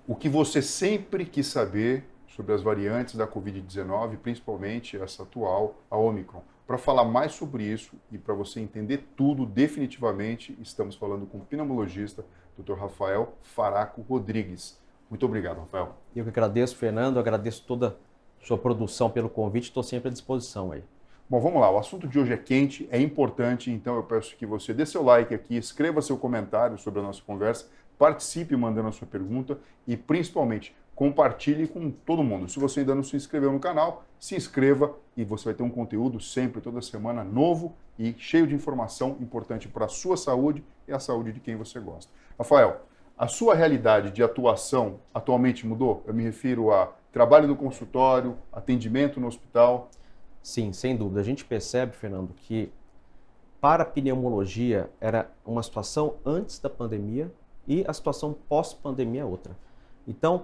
o que você sempre quis saber sobre as variantes da Covid-19, principalmente essa atual, a Omicron. Para falar mais sobre isso e para você entender tudo definitivamente, estamos falando com o pneumologista, Dr. Rafael Faraco Rodrigues. Muito obrigado, Rafael. Eu que agradeço, Fernando, agradeço toda a sua produção pelo convite, estou sempre à disposição aí. Bom, vamos lá, o assunto de hoje é quente, é importante, então eu peço que você dê seu like aqui, escreva seu comentário sobre a nossa conversa, participe mandando a sua pergunta e, principalmente, compartilhe com todo mundo. Se você ainda não se inscreveu no canal, se inscreva e você vai ter um conteúdo sempre, toda semana, novo e cheio de informação importante para a sua saúde e a saúde de quem você gosta. Rafael, a sua realidade de atuação atualmente mudou? Eu me refiro a trabalho no consultório, atendimento no hospital. Sim, sem dúvida. A gente percebe, Fernando, que para a pneumologia era uma situação antes da pandemia e a situação pós-pandemia é outra. Então,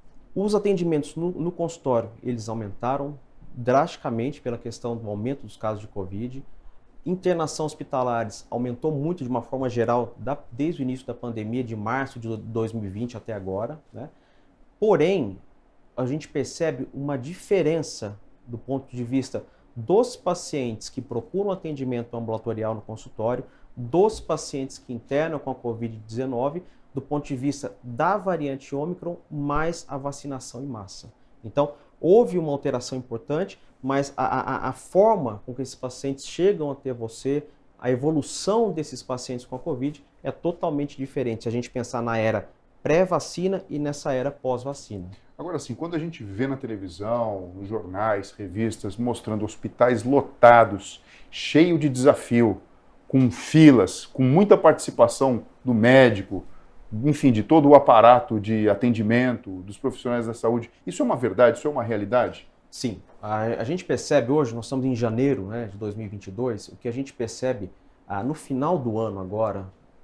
os atendimentos no consultório, eles aumentaram drasticamente pela questão do aumento dos casos de Covid. Internação hospitalares aumentou muito de uma forma geral desde o início da pandemia, de março de 2020 até agora, né? Porém, a gente percebe uma diferença do ponto de vista dos pacientes que procuram atendimento ambulatorial no consultório, dos pacientes que internam com a Covid-19, do ponto de vista da variante Ômicron, mais a vacinação em massa. Então, houve uma alteração importante, mas a forma com que esses pacientes chegam até você, a evolução desses pacientes com a Covid é totalmente diferente. Se a gente pensar na era pré-vacina e nessa era pós-vacina. Agora sim, quando a gente vê na televisão, nos jornais, revistas, mostrando hospitais lotados, cheio de desafio, com filas, com muita participação do médico, enfim, de todo o aparato de atendimento, dos profissionais da saúde, isso é uma verdade? Isso é uma realidade? Sim. A gente percebe hoje, nós estamos em janeiro, né, de 2022, o que a gente percebe no final do ano agora,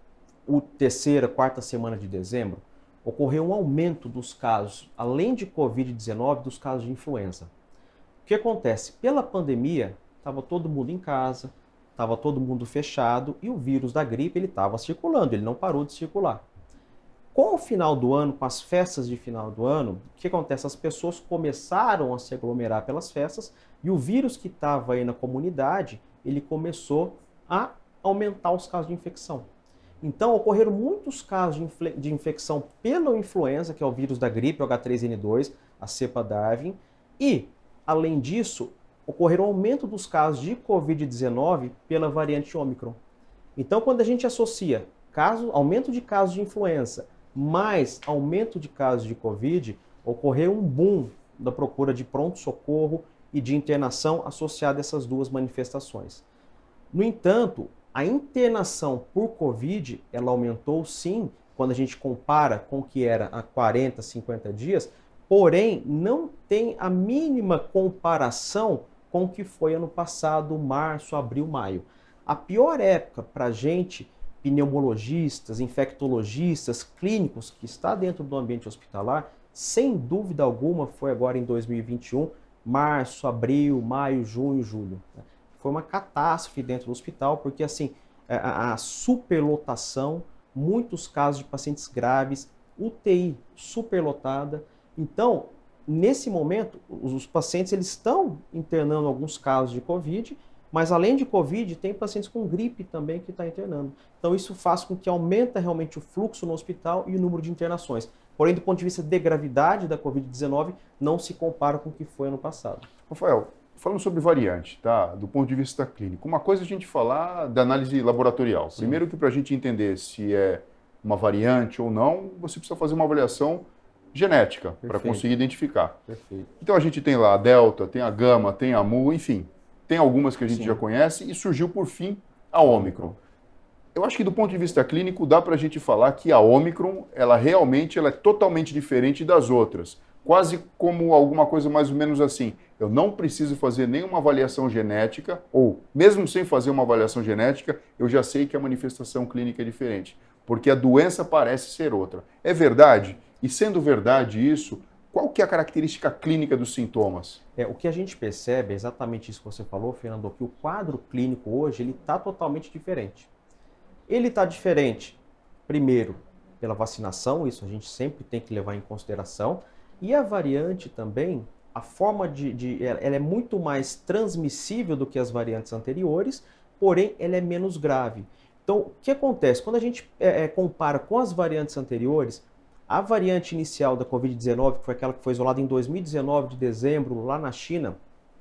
terceira, quarta semana de dezembro, ocorreu um aumento dos casos, além de Covid-19, dos casos de influenza. O que acontece? Pela pandemia, estava todo mundo em casa, estava todo mundo fechado e o vírus da gripe ele estava circulando, ele não parou de circular. Com o final do ano, com as festas de final do ano, o que acontece? As pessoas começaram a se aglomerar pelas festas e o vírus que estava aí na comunidade, ele começou a aumentar os casos de infecção. Então, ocorreram muitos casos de infecção pela influenza, que é o vírus da gripe, o H3N2, a cepa Darwin, e, além disso, ocorreram aumento dos casos de Covid-19 pela variante Ômicron. Então, quando a gente associa aumento de casos de influenza mais aumento de casos de Covid, ocorreu um boom da procura de pronto-socorro e de internação associada a essas duas manifestações. No entanto, a internação por Covid, ela aumentou sim, quando a gente compara com o que era há 40, 50 dias, porém não tem a mínima comparação com o que foi ano passado, março, abril, maio. A pior época para a gente, pneumologistas, infectologistas, clínicos, que está dentro do ambiente hospitalar, sem dúvida alguma foi agora em 2021, março, abril, maio, junho, julho. Foi uma catástrofe dentro do hospital, porque assim, a superlotação, muitos casos de pacientes graves, UTI superlotada. Então, nesse momento, os pacientes eles estão internando alguns casos de Covid, mas além de Covid, tem pacientes com gripe também que está internando. Então, isso faz com que aumente realmente o fluxo no hospital e o número de internações. Porém, do ponto de vista de gravidade da Covid-19, não se compara com o que foi ano passado. Rafael, falando sobre variante, tá? Do ponto de vista clínico, uma coisa é a gente falar da análise laboratorial. Sim. Primeiro que para a gente entender se é uma variante ou não, você precisa fazer uma avaliação genética para conseguir identificar. Perfeito. Então a gente tem lá a Delta, tem a Gama, tem a Mu, enfim, tem algumas que a gente já conhece e surgiu por fim a Ômicron. Eu acho que do ponto de vista clínico dá para a gente falar que a Ômicron, ela é totalmente diferente das outras. Quase como alguma coisa mais ou menos assim. Eu não preciso fazer nenhuma avaliação genética, ou mesmo sem fazer uma avaliação genética, eu já sei que a manifestação clínica é diferente, porque a doença parece ser outra. É verdade? E sendo verdade isso, qual que é a característica clínica dos sintomas? O que a gente percebe é exatamente isso que você falou, Fernando, que o quadro clínico hoje está totalmente diferente. Ele está diferente, primeiro, pela vacinação, isso a gente sempre tem que levar em consideração. E a variante também, a forma ela é muito mais transmissível do que as variantes anteriores, porém ela é menos grave. Então, o que acontece? Quando a gente compara com as variantes anteriores, a variante inicial da Covid-19, que foi aquela que foi isolada em 2019, de dezembro, lá na China,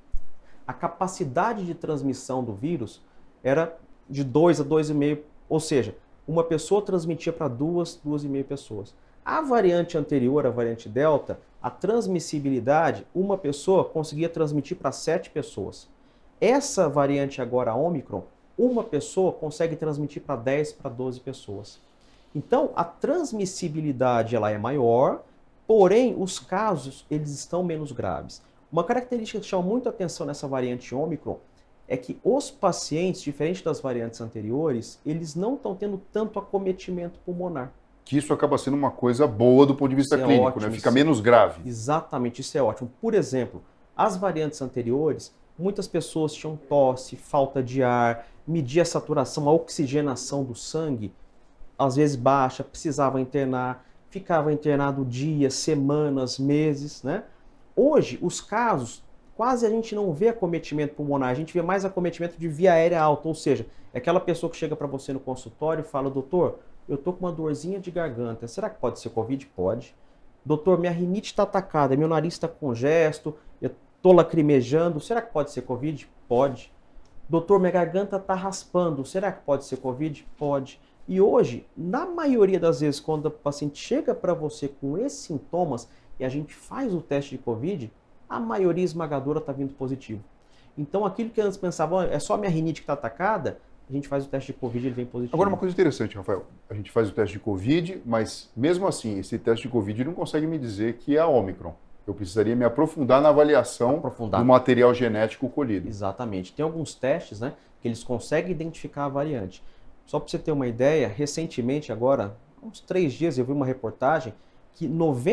a capacidade de transmissão do vírus era de 2 a 2,5, ou seja, uma pessoa transmitia para 2,5 pessoas. A variante anterior, a variante Delta, a transmissibilidade, uma pessoa conseguia transmitir para 7 pessoas. Essa variante agora, a Omicron, uma pessoa consegue transmitir para 10, para 12 pessoas. Então, a transmissibilidade ela é maior, porém, os casos eles estão menos graves. Uma característica que chama muito a atenção nessa variante Omicron é que os pacientes, diferente das variantes anteriores, eles não estão tendo tanto acometimento pulmonar. Que isso acaba sendo uma coisa boa do ponto de vista clínico, ótimo, né? Fica menos grave. Exatamente, isso é ótimo. Por exemplo, as variantes anteriores, muitas pessoas tinham tosse, falta de ar, medir a saturação, a oxigenação do sangue, às vezes baixa, precisava internar, ficava internado dias, semanas, meses, né? Hoje, os casos, quase a gente não vê acometimento pulmonar, a gente vê mais acometimento de via aérea alta, ou seja, é aquela pessoa que chega para você no consultório e fala, doutor, eu tô com uma dorzinha de garganta, será que pode ser Covid? Pode. Doutor, minha rinite está atacada, meu nariz está congesto, eu tô lacrimejando, será que pode ser Covid? Pode. Doutor, minha garganta está raspando, será que pode ser Covid? Pode. E hoje, na maioria das vezes, quando o paciente chega para você com esses sintomas e a gente faz o teste de Covid, a maioria esmagadora está vindo positivo. Então, aquilo que antes pensavam, é só a minha rinite que está atacada, a gente faz o teste de Covid e ele vem positivo. Agora, uma coisa interessante, Rafael, a gente faz o teste de Covid, mas mesmo assim, esse teste de Covid não consegue me dizer que é a Omicron. Eu precisaria me aprofundar na avaliação do material genético colhido. Exatamente. Tem alguns testes, né, que eles conseguem identificar a variante. Só para você ter uma ideia, recentemente, agora, há uns 3 dias, eu vi uma reportagem que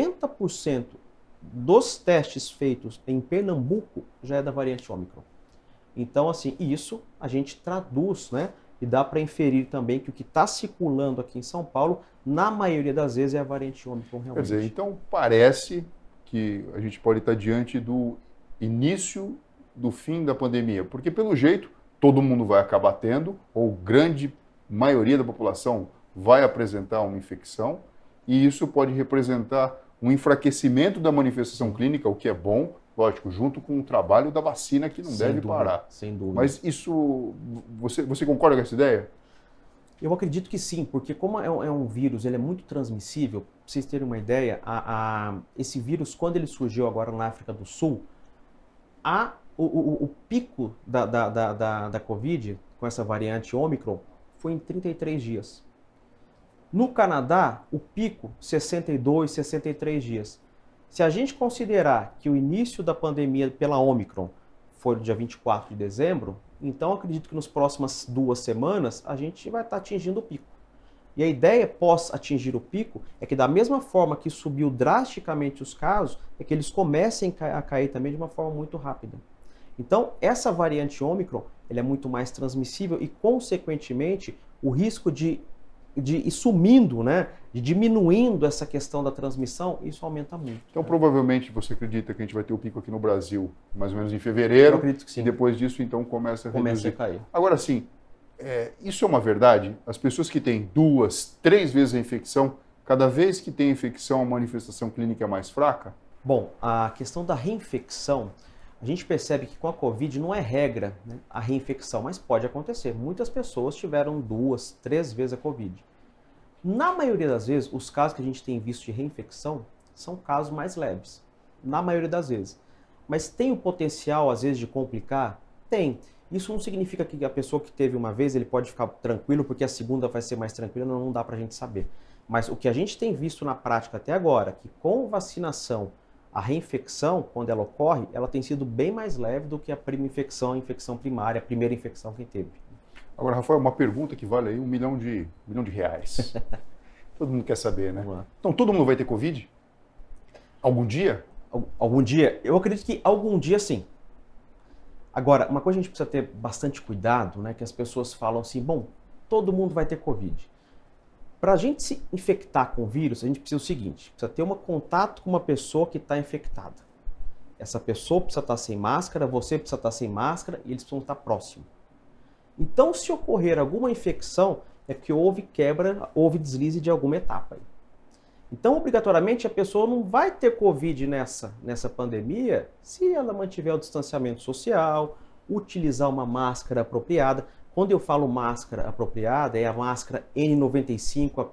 90% dos testes feitos em Pernambuco já é da variante Omicron. Então, assim, isso a gente traduz, né? E dá para inferir também que o que está circulando aqui em São Paulo, na maioria das vezes, é a variante Omicron realmente. Quer dizer, então parece que a gente pode estar diante do início do fim da pandemia, porque pelo jeito todo mundo vai acabar tendo, ou grande maioria da população vai apresentar uma infecção, e isso pode representar um enfraquecimento da manifestação clínica, o que é bom, lógico, junto com o trabalho da vacina que não deve parar. Sem dúvida. Mas isso, você concorda com essa ideia? Eu acredito que sim, porque como é um vírus, ele é muito transmissível. Para vocês terem uma ideia, esse vírus, quando ele surgiu agora na África do Sul, o pico da Covid, com essa variante Omicron, foi em 33 dias. No Canadá, o pico, 62, 63 dias. Se a gente considerar que o início da pandemia pela Omicron foi no dia 24 de dezembro, então acredito que nas próximas 2 semanas a gente vai estar atingindo o pico. E a ideia pós atingir o pico é que da mesma forma que subiu drasticamente os casos, é que eles comecem a cair também de uma forma muito rápida. Então, essa variante Omicron, ela é muito mais transmissível e, consequentemente, o risco de ir sumindo, né, de diminuindo essa questão da transmissão, isso aumenta muito. Então, provavelmente, você acredita que a gente vai ter o pico aqui no Brasil, mais ou menos em fevereiro? Eu acredito que sim. E depois disso, então, começa a reduzir. A cair. Agora, sim, isso é uma verdade? As pessoas que têm 2, 3 vezes a infecção, cada vez que tem infecção, a manifestação clínica é mais fraca? Bom, a questão da reinfecção, a gente percebe que com a Covid não é regra, né, a reinfecção, mas pode acontecer. Muitas pessoas tiveram 2, 3 vezes a Covid. Na maioria das vezes, os casos que a gente tem visto de reinfecção são casos mais leves, na maioria das vezes. Mas tem o potencial, às vezes, de complicar? Tem. Isso não significa que a pessoa que teve uma vez, ele pode ficar tranquilo, porque a segunda vai ser mais tranquila, não dá pra gente saber. Mas o que a gente tem visto na prática até agora, que com vacinação, a reinfecção, quando ela ocorre, ela tem sido bem mais leve do que a infecção primária, a primeira infecção que teve. Agora, Rafael, uma pergunta que vale aí $1 milhão de reais. Todo mundo quer saber, né? Então, todo mundo vai ter Covid? Algum dia? Algum dia? Eu acredito que algum dia sim. Agora, uma coisa que a gente precisa ter bastante cuidado, né? Que as pessoas falam assim, bom, todo mundo vai ter Covid. Para a gente se infectar com o vírus, a gente precisa o seguinte, precisa ter um contato com uma pessoa que está infectada. Essa pessoa precisa estar sem máscara, você precisa estar sem máscara e eles precisam estar próximos. Então, se ocorrer alguma infecção, é porque houve quebra, houve deslize de alguma etapa. Então, obrigatoriamente, a pessoa não vai ter Covid nessa pandemia se ela mantiver o distanciamento social, utilizar uma máscara apropriada. Quando eu falo máscara apropriada, é a máscara N95, a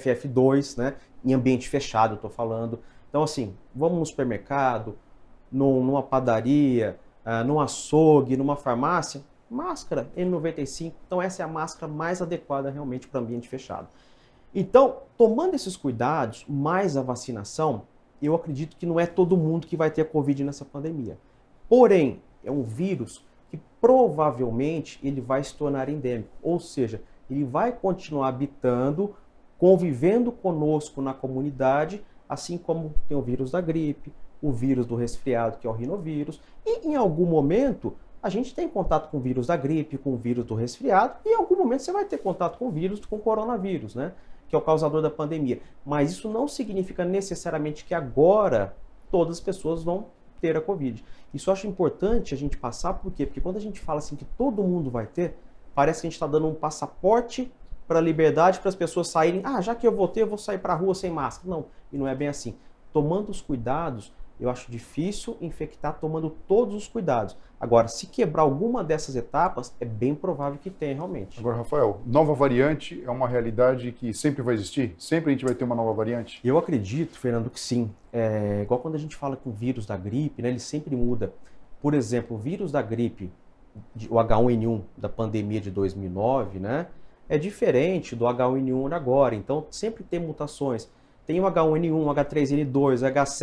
FF2, né? Em ambiente fechado, eu estou falando. Então, assim, vamos no supermercado, numa padaria, num açougue, numa farmácia, máscara N95. Então, essa é a máscara mais adequada realmente para ambiente fechado. Então, tomando esses cuidados, mais a vacinação, eu acredito que não é todo mundo que vai ter Covid nessa pandemia. Porém, é um vírus que provavelmente ele vai se tornar endêmico, ou seja, ele vai continuar habitando, convivendo conosco na comunidade, assim como tem o vírus da gripe, o vírus do resfriado, que é o rinovírus, e em algum momento a gente tem contato com o vírus da gripe, com o vírus do resfriado, e em algum momento você vai ter contato com o vírus, com o coronavírus, né? Que é o causador da pandemia. Mas isso não significa necessariamente que agora todas as pessoas vão ter a Covid. Isso eu acho importante a gente passar, por quê? Porque quando a gente fala assim que todo mundo vai ter, parece que a gente está dando um passaporte para a liberdade, para as pessoas saírem, já que eu vou ter, eu vou sair para a rua sem máscara. Não, e não é bem assim. Tomando os cuidados, eu acho difícil infectar tomando todos os cuidados. Agora, se quebrar alguma dessas etapas, é bem provável que tenha realmente. Agora, Rafael, nova variante é uma realidade que sempre vai existir? Sempre a gente vai ter uma nova variante? Eu acredito, Fernando, que sim. Igual quando a gente fala com o vírus da gripe, né, ele sempre muda. Por exemplo, o vírus da gripe, o H1N1 da pandemia de 2009, né, é diferente do H1N1 de agora. Então, sempre tem mutações. Tem o H1N1, H3N2,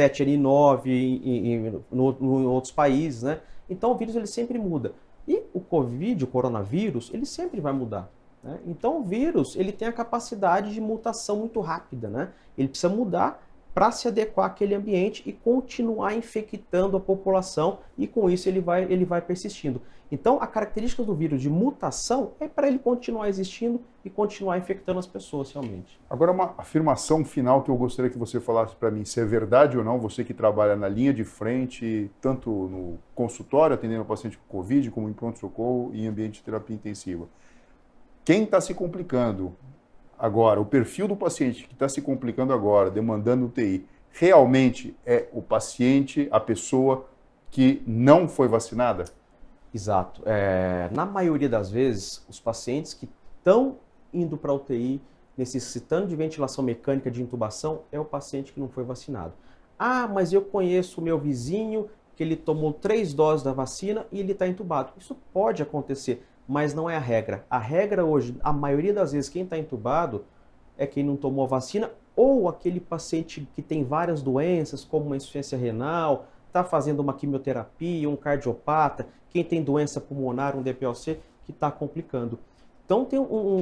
H7N9 em outros países, né? Então o vírus ele sempre muda. E o Covid, o coronavírus, ele sempre vai mudar, né? Então o vírus ele tem a capacidade de mutação muito rápida, né? Ele precisa mudar para se adequar àquele ambiente e continuar infectando a população e com isso ele vai persistindo. Então a característica do vírus de mutação é para ele continuar existindo e continuar infectando as pessoas realmente. Agora uma afirmação final que eu gostaria que você falasse para mim, se é verdade ou não, você que trabalha na linha de frente, tanto no consultório atendendo o paciente com Covid, como em pronto-socorro e em ambiente de terapia intensiva. Quem está se complicando agora, o perfil do paciente que está se complicando agora, demandando UTI, realmente é o paciente, a pessoa que não foi vacinada? Exato. Na maioria das vezes, os pacientes que estão indo para a UTI, necessitando de ventilação mecânica de intubação, é o paciente que não foi vacinado. Mas eu conheço o meu vizinho que ele tomou 3 doses da vacina e ele está entubado. Isso pode acontecer, mas não é a regra. A regra hoje, a maioria das vezes, quem está entubado é quem não tomou a vacina ou aquele paciente que tem várias doenças, como uma insuficiência renal, está fazendo uma quimioterapia, um cardiopata, quem tem doença pulmonar, um DPOC, que está complicando. Então tem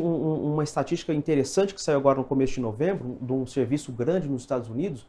uma estatística interessante que saiu agora no começo de novembro, de um serviço grande nos Estados Unidos,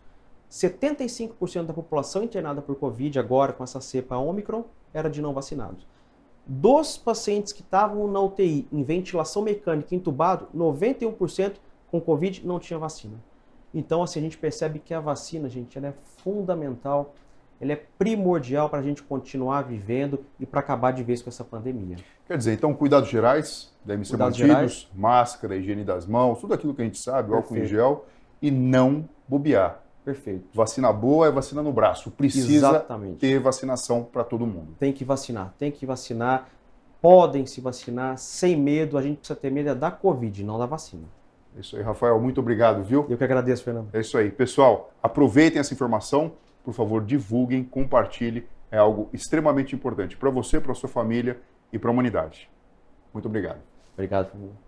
75% da população internada por Covid agora com essa cepa Ômicron era de não vacinados. Dos pacientes que estavam na UTI em ventilação mecânica entubado, 91% com Covid não tinha vacina. Então assim, a gente percebe que a vacina, gente, ela é fundamental, ela é primordial para a gente continuar vivendo e para acabar de vez com essa pandemia. Quer dizer, então cuidados gerais devem ser mantidos, máscara, higiene das mãos, tudo aquilo que a gente sabe, álcool em gel, e não bobear. Perfeito. Vacina boa é vacina no braço. Precisa ter vacinação para todo mundo. Tem que vacinar. Podem se vacinar sem medo. A gente precisa ter medo da Covid, não da vacina. É isso aí, Rafael. Muito obrigado, viu? Eu que agradeço, Fernando. É isso aí. Pessoal, aproveitem essa informação. Por favor, divulguem, compartilhem. É algo extremamente importante para você, para a sua família e para a humanidade. Muito obrigado. Obrigado, Fernando.